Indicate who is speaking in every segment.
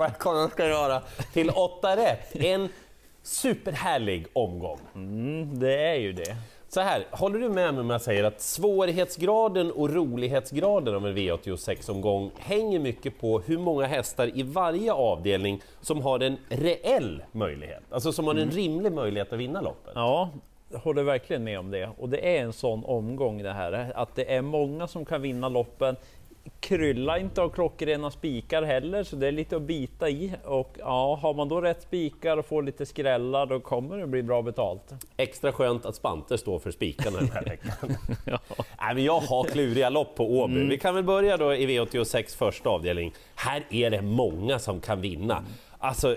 Speaker 1: White ska göra till 8 rätt. En superhärlig omgång.
Speaker 2: Det är ju det.
Speaker 1: Så här, håller du med mig om jag säger att svårighetsgraden och rolighetsgraden av en V86-omgång hänger mycket på hur många hästar i varje avdelning som har en reell möjlighet, alltså som har en rimlig möjlighet att vinna loppet?
Speaker 2: Ja, jag håller verkligen med om det. Och det är en sån omgång det här, att det är många som kan vinna loppen. Krylla inte av klockrena spikar heller, så det är lite att bita i. Och ja, har man då rätt spikar och får lite skrällar, då kommer det bli bra betalt.
Speaker 1: Extra skönt att Spanter står för spikarna den här veckan. Nej, men jag har kluriga lopp på Åby. Vi kan väl börja då i V86 första avdelning. Här är det många som kan vinna. Alltså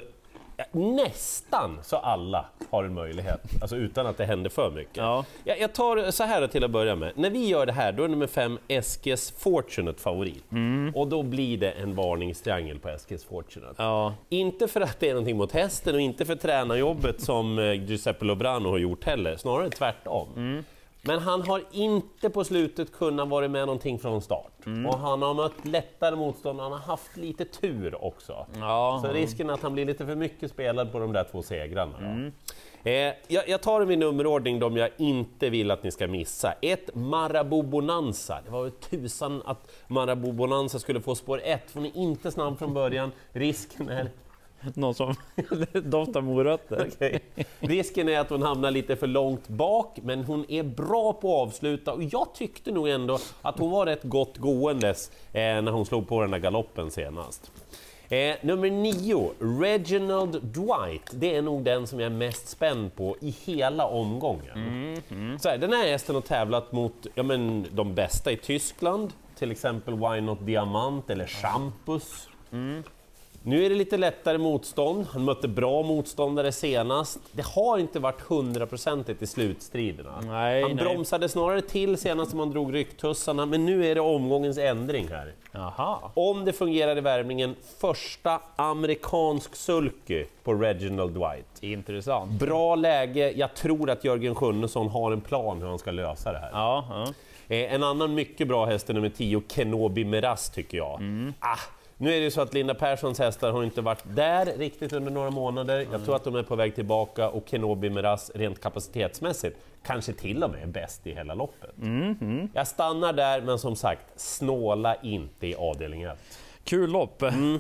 Speaker 1: nästan så alla har en möjlighet, alltså utan att det händer för mycket.
Speaker 2: Ja.
Speaker 1: Jag tar så här till att börja med. När vi gör det här, då är nummer 5 Eskes Fortunate favorit. Och då blir det en varningstriangel på Eskes Fortunate.
Speaker 2: Ja.
Speaker 1: Inte för att det är någonting mot hästen och inte för tränarjobbet som Giuseppe Lobrano har gjort heller, snarare tvärtom. Men han har inte på slutet kunnat vara med någonting från start. Och han har mött lättare motstånd, han har haft lite tur också.
Speaker 2: Ja.
Speaker 1: Så risken är att han blir lite för mycket spelad på de där 2 segrarna. Jag tar dem i nummerordning, de jag inte vill att ni ska missa. 1 Marabou Bonanza. Det var ju tusan att Marabou Bonanza skulle få spår 1. Hon är inte snabb från början. Risken är...
Speaker 2: Någon som doftar morötter.
Speaker 1: Okay. Risken är att hon hamnar lite för långt bak, men hon är bra på att avsluta och jag tyckte nog ändå att hon var rätt gott gåendes när hon slog på den här galoppen senast. Nummer 9, Reginald Dwight. Det är nog den som jag är mest spänd på i hela omgången. Så här, den här hästen har tävlat mot de bästa i Tyskland, till exempel Why Not Diamant eller Champus. Nu är det lite lättare motstånd. Han mötte bra motståndare senast. Det har inte varit 100% i slutstriderna. Han bromsade snarare till senast som han drog rycktussarna, men nu är det omgångens ändring här.
Speaker 2: Aha.
Speaker 1: Om det fungerar i värmningen, första amerikansk sulky på Reginald Dwight.
Speaker 2: Intressant.
Speaker 1: Bra läge. Jag tror att Jörgen Sjunnesson har en plan hur han ska lösa det här.
Speaker 2: Ja.
Speaker 1: En annan mycket bra häst är nummer 10, Kenobi Miraz, tycker jag. Nu är det ju så att Linda Perssons hästar har inte varit där riktigt under några månader. Jag tror att de är på väg tillbaka och Kenobi Miraz rent kapacitetsmässigt kanske till och med är bäst i hela loppet. Jag stannar där, men som sagt, snåla inte i avdelning 1.
Speaker 2: Kul lopp.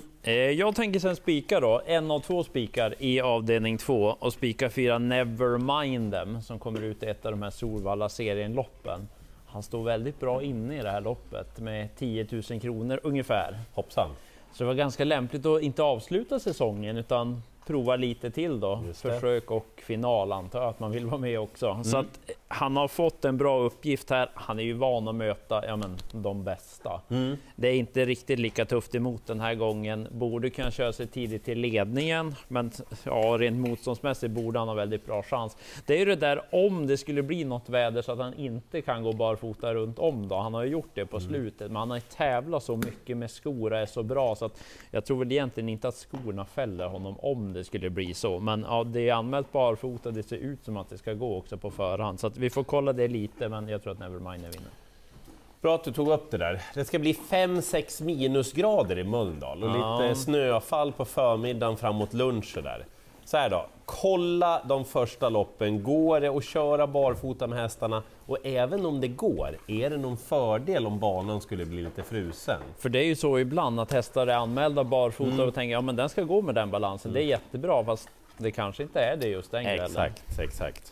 Speaker 2: Jag tänker sen spika då, 1 av 2 spikar i avdelning 2 och spika 4 Nevermind Them som kommer ut i ett av de här Solvalla-serienloppen. Han står väldigt bra inne i det här loppet med 10 000 kronor ungefär.
Speaker 1: Hoppsan.
Speaker 2: Så det var ganska lämpligt att inte avsluta säsongen utan prova lite till då. Försök och final antar jag att man vill vara med också. Så att han har fått en bra uppgift här. Han är ju van att möta de bästa. Det är inte riktigt lika tufft emot den här gången. Borde kunna köra sig tidigt till ledningen. Men rent motståndsmässigt borde han ha väldigt bra chans. Det är ju det där om det skulle bli något väder så att han inte kan gå barfota runt om då. Han har ju gjort det på slutet. Men han har ju tävlat så mycket med skor är så bra så att jag tror väl egentligen inte att skorna fäller honom om det skulle bli så. Men det är anmält barfota, det ser ut som att det ska gå också på förhand. Så att vi får kolla det lite, men jag tror att Nevermind vinner.
Speaker 1: Bra att du tog upp det där. Det ska bli 5-6 minusgrader i Mölndal och lite snöfall på förmiddagen framåt lunch där. Så här då, kolla de första loppen. Går det att köra barfota med hästarna? Och även om det går, är det någon fördel om banan skulle bli lite frusen?
Speaker 2: För det är ju så ibland att hästar är anmälda barfota och tänker men den ska gå med den balansen. Det är jättebra, fast det kanske inte är det just den kvällen.
Speaker 1: Exakt.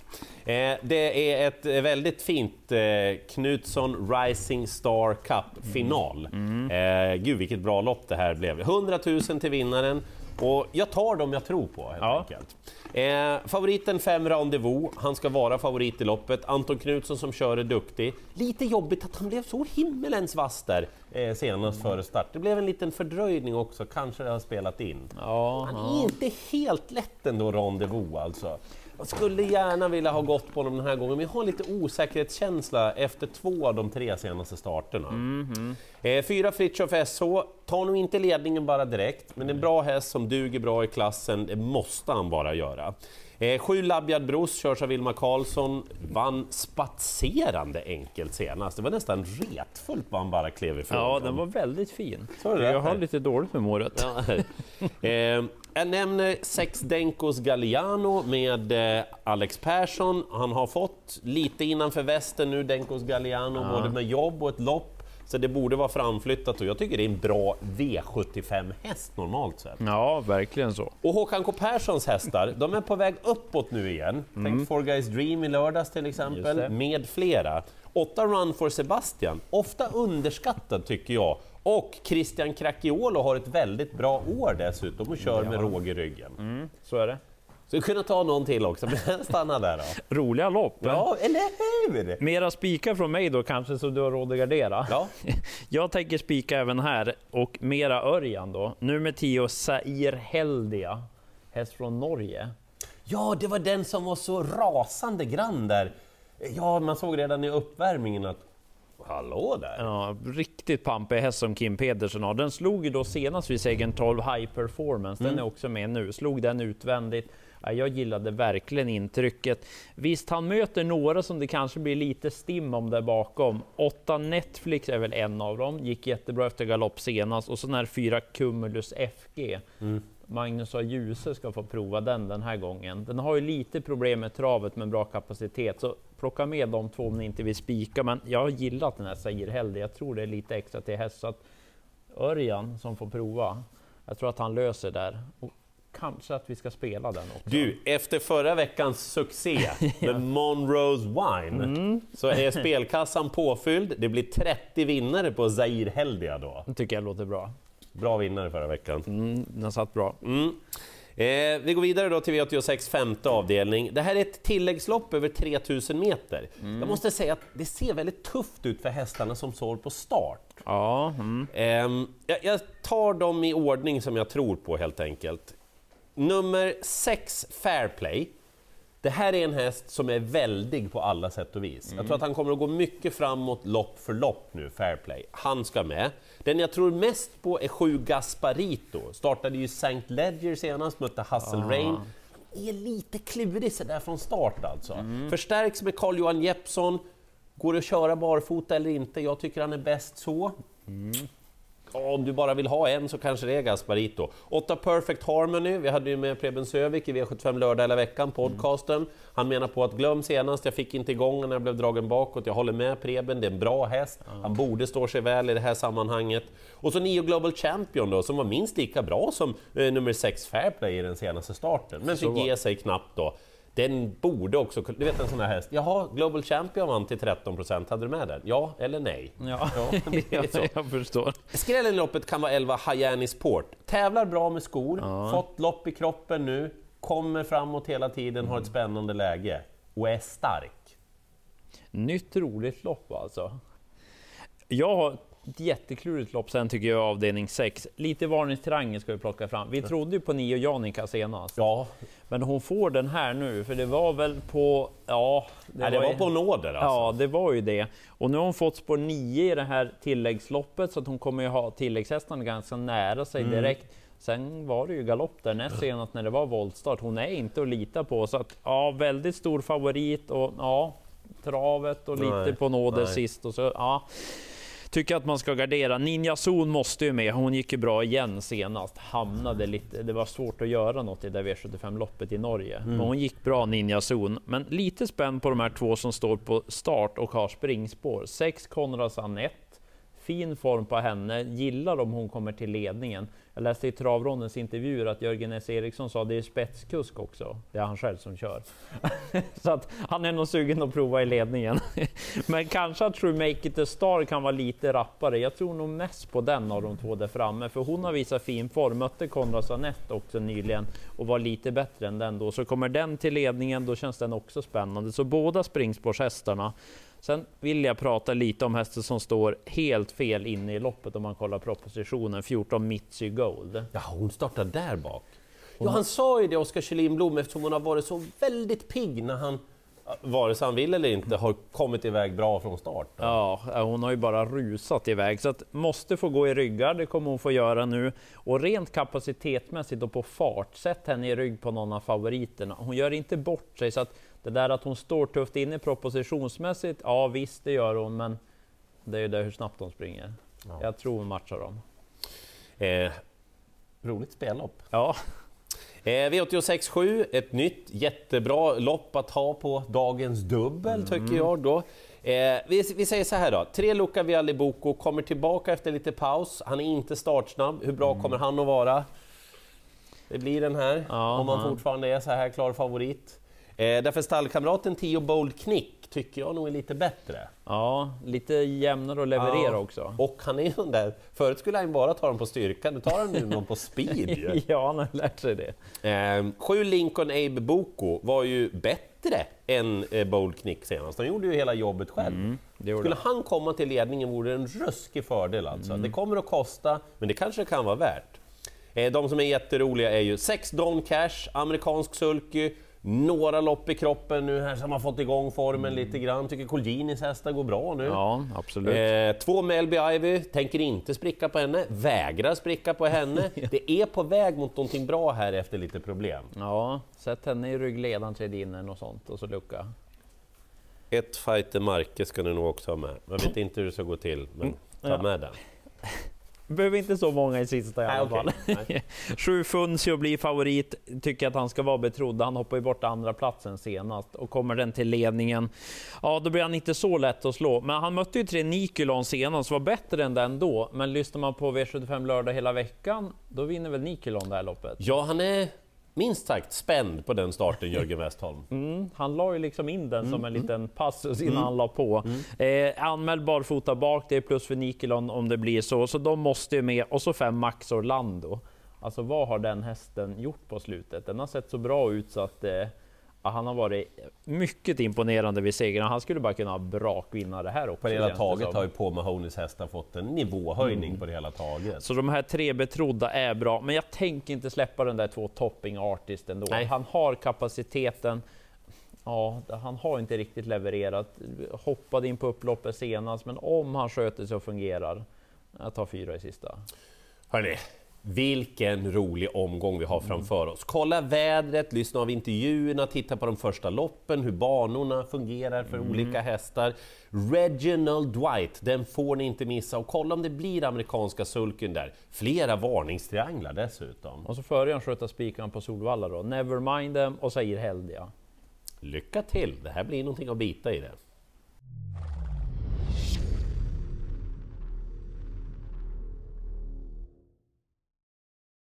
Speaker 1: Det är ett väldigt fint Knutsson Rising Star Cup-final. Gud, vilket bra lopp det här blev. 100 000 till vinnaren. Och jag tar dem jag tror på helt enkelt. Favoriten 5 Rendezvous. Han ska vara favorit i loppet. Anton Knutsson som kör är duktig. Lite jobbigt att han blev så himmelens vass där senast före start. Det blev en liten fördröjning också. Kanske det har spelat in. Han är inte helt lätt ändå, Rendezvous alltså. Jag skulle gärna vilja ha gått på honom den här gången, men jag har lite osäkerhetskänsla efter 2 av de 3 senaste starterna. 4 Fritjof SH tar nog inte ledningen bara direkt, men en bra häst som duger bra i klassen, det måste han bara göra. 7 Labiad Bros körs av Vilma Karlsson, vann spatserande enkelt senast. Det var nästan retfullt vad han bara klev ifrån.
Speaker 2: Ja, den var väldigt fin.
Speaker 1: Så
Speaker 2: jag har lite dåligt med målet.
Speaker 1: Jag nämner 6 Denkos Galliano med Alex Persson. Han har fått lite innanför västen nu, Denkos Galliano, både med jobb och ett lopp. Så det borde vara framflyttat och jag tycker det är en bra V75-häst normalt sett.
Speaker 2: Ja, verkligen så.
Speaker 1: Och Håkan K. Perssons hästar, de är på väg uppåt nu igen. Tänk Four Guys Dream i lördags till exempel, med flera. 8 Run for Sebastian, ofta underskattad tycker jag. Och Christian Cracchiolo har ett väldigt bra år dessutom och kör med råg i ryggen.
Speaker 2: Så är det.
Speaker 1: Så vi kunna ta någon till också, men stanna där då.
Speaker 2: Roliga lopp.
Speaker 1: Ja, eller hur?
Speaker 2: Mera spika från mig då kanske, så du har råd att gardera.
Speaker 1: Ja.
Speaker 2: Jag tänker spika även här, och mera Örjan då. Nummer 10, Zair Heldia, häst från Norge.
Speaker 1: Ja, det var den som var så rasande grann där. Ja, man såg redan i uppvärmningen att hallå där.
Speaker 2: Ja, riktigt pampig häst som Kim Pedersen har. Den slog ju då senast vid segern 12 High Performance. Den är också med nu. Slog den utvändigt. Ja, jag gillade verkligen intrycket. Visst, han möter några som det kanske blir lite stim om där bakom. 8 Netflix är väl en av dem. Gick jättebra efter galopp senast. Och så när 4 Cumulus FG. Magnus A. Djuse ska få prova den här gången. Den har ju lite problem med travet med bra kapacitet. Så plocka med de två om ni inte vill spika. Men jag har gillat den här Zair Heldia. Jag tror det är lite extra till häst. Så att Örjan som får prova. Jag tror att han löser där. Och kanske att vi ska spela den också.
Speaker 1: Du, efter förra veckans succé med Monroe's Wine så är spelkassan påfylld. Det blir 30 vinnare på Zair Heldia då.
Speaker 2: Det tycker jag låter bra.
Speaker 1: Bra vinnare förra veckan.
Speaker 2: Den satt bra.
Speaker 1: Vi går vidare då till V86 femte avdelning. Det här är ett tilläggslopp över 3000 meter. Jag måste säga att det ser väldigt tufft ut för hästarna som står på start.
Speaker 2: Ja.
Speaker 1: Jag tar dem i ordning som jag tror på helt enkelt. Nummer 6 Fairplay. Det här är en häst som är väldig på alla sätt och vis. Jag tror att han kommer att gå mycket framåt lopp för lopp nu, Fairplay. Han ska med. Den jag tror mest på är 7 Gasparito. Startade ju St. Ledger senast, mötte Hustle Rain. Är lite klurig så där från start alltså. Förstärks med Carl-Johan Jeppsson. Går det att köra barfota eller inte? Jag tycker han är bäst så. Om du bara vill ha en så kanske det är Gasparito. 8 Perfect Harmony, vi hade ju med Preben Sövik i V75 lördag hela veckan, podcasten. Han menar på att glöm senast, jag fick inte igång när jag blev dragen bakåt. Jag håller med Preben, det är en bra häst. Han borde stå sig väl i det här sammanhanget. Och så 9 Global Champion då, som var minst lika bra som nummer 6 Fairplay i den senaste starten. Men fick ge sig knappt då. Den borde också, du vet en sån här häst. Jaha, Global Champion vann till 13%. Hade du med den? Ja eller nej?
Speaker 2: Ja, jag förstår.
Speaker 1: Skrällen i loppet kan vara 11 Hyannis Port. Tävlar bra med skor, fått lopp i kroppen nu, kommer framåt hela tiden, har ett spännande läge och är stark.
Speaker 2: Nytt roligt lopp alltså. Jag har ett jätteklurigt lopp sen tycker jag, avdelning 6. Lite varningstriangel ska vi plocka fram. Vi trodde ju på 9 Janika senast.
Speaker 1: Ja.
Speaker 2: Men hon får den här nu, för det var väl på... Ja,
Speaker 1: det var på nåder alltså.
Speaker 2: Ja, det var ju det. Och nu har hon fått spår 9 i det här tilläggsloppet, så att hon kommer ju ha tilläggshästarna ganska nära sig direkt. Sen var det ju galopp där näst senast när det var voltstart. Hon är inte att lita på, så att ja, väldigt stor favorit och ja, travet och lite på nåder sist och så ja. Tycker att man ska gardera. Ninja Zon måste ju med. Hon gick ju bra igen senast. Hamnade lite. Det var svårt att göra något i det V75-loppet i Norge. Men hon gick bra, Ninja Zon. Men lite spänd på de här två som står på start och har springspår. 6 Konrads Anette. Fin form på henne. Gillar om hon kommer till ledningen. Jag läste i Travrondens intervjuer att Jörgen S. Eriksson sa att det är spetskusk också. Det är han själv som kör. Så att han är nog sugen att prova i ledningen. Men kanske att True Make It A Star kan vara lite rappare. Jag tror nog mest på den av de två där framme. För hon har visat fin form. Mötte Konrads Anette också nyligen och var lite bättre än den då. Så kommer den till ledningen, då känns den också spännande. Så båda springspårshästarna. Sen vill jag prata lite om hästen som står helt fel inne i loppet om man kollar propositionen. 14 Mitzi Gold.
Speaker 1: Ja, hon startar där bak. Ja, han sa ju det, Oskar Kjellin-Blom, eftersom hon har varit så väldigt pigg när han, vare sig han vill eller inte, har kommit iväg bra från start.
Speaker 2: Ja, hon har ju bara rusat iväg, så att måste få gå i ryggar, det kommer hon få göra nu. Och rent kapacitetmässigt och på fart, sätt henne i rygg på någon av favoriterna. Hon gör inte bort sig, så att det där att hon står tufft inne propositionsmässigt, ja visst det gör hon, men det är ju det hur snabbt hon springer. Ja. Jag tror hon matchar dem.
Speaker 1: roligt spellopp.
Speaker 2: Ja.
Speaker 1: V86.7, ett nytt jättebra lopp att ha på dagens dubbel tycker jag då. Vi säger så här då, 3 Luca Vialli Bocco kommer tillbaka efter lite paus, han är inte startsnabb, hur bra kommer han att vara? Det blir den här, om man fortfarande är så här klar favorit. Därför stallkamraten 10 Bold Knick tycker jag nog är lite bättre.
Speaker 2: Ja, lite jämnare att leverera också.
Speaker 1: Och han är ju där, förut skulle han bara ta dem på styrka, nu tar han nu någon på speed.
Speaker 2: Ja, han har lärt sig det.
Speaker 1: 7 Lincoln Abe Bocco var ju bättre än Bold Knick senast. Han gjorde ju hela jobbet själv. Skulle han komma till ledningen vore det en ruskig fördel alltså. Det kommer att kosta, men det kanske kan vara värt. De som är jätteroliga är ju 6 Don Cash, amerikansk sulky, några lopp i kroppen nu här som har fått igång formen lite grann. Tycker Colginis hästar går bra nu.
Speaker 2: Ja, absolut.
Speaker 1: 2 Melby Ivy, tänker inte spricka på henne, vägrar spricka på henne. Det är på väg mot någonting bra här efter lite problem.
Speaker 2: Ja, sätt henne i ryggledan, tredje in och sånt och så lucka.
Speaker 1: Ett Fighter Marke ska du nog också ha med. Jag vet inte hur det ska gå till, men ta med den.
Speaker 2: Behöver inte så många i sista i alla fall. 7 Funzio blir favorit, tycker att han ska vara betrodd. Han hoppar ju bort andra platsen senast och kommer den till ledningen. Ja, då blir han inte så lätt att slå. Men han mötte ju 3 Nikulon senast, var bättre än den då. Men lyssnar man på V75 lördag hela veckan, då vinner väl Nikulon det här loppet.
Speaker 1: Ja, han är minst sagt spänd på den starten, Jörgen Westholm.
Speaker 2: Han la ju liksom in den som en liten passus innan han la på. Anmäld barfota bak, det är plus för Nikulon om det blir så. Så de måste ju med. Och så 5 Max Orlando. Alltså vad har den hästen gjort på slutet? Den har sett så bra ut så att han har varit mycket imponerande vid segern. Han skulle bara kunna brakvinna det här också.
Speaker 1: På det hela taget har ju på Mahonis hästar fått en nivåhöjning på det hela taget.
Speaker 2: Så de här 3 betrodda är bra, men jag tänker inte släppa den där 2 topping artist ändå.
Speaker 1: Nej.
Speaker 2: Han har kapaciteten. Ja, han har inte riktigt levererat. Hoppade in på upploppet senast, men om han sköter sig och fungerar, jag tar 4 i sista.
Speaker 1: Hörrni, vilken rolig omgång vi har framför oss. Kolla vädret, lyssna av intervjuerna, titta på de första loppen, hur banorna fungerar för olika hästar. Reginald Dwight, den får ni inte missa. Och kolla om det blir amerikanska sulken där. Flera varningstrianglar dessutom.
Speaker 2: Och så före han sköta spikan på Solvalla då. Nevermind them och säger Heldia.
Speaker 1: Lycka till, det här blir någonting att bita i det.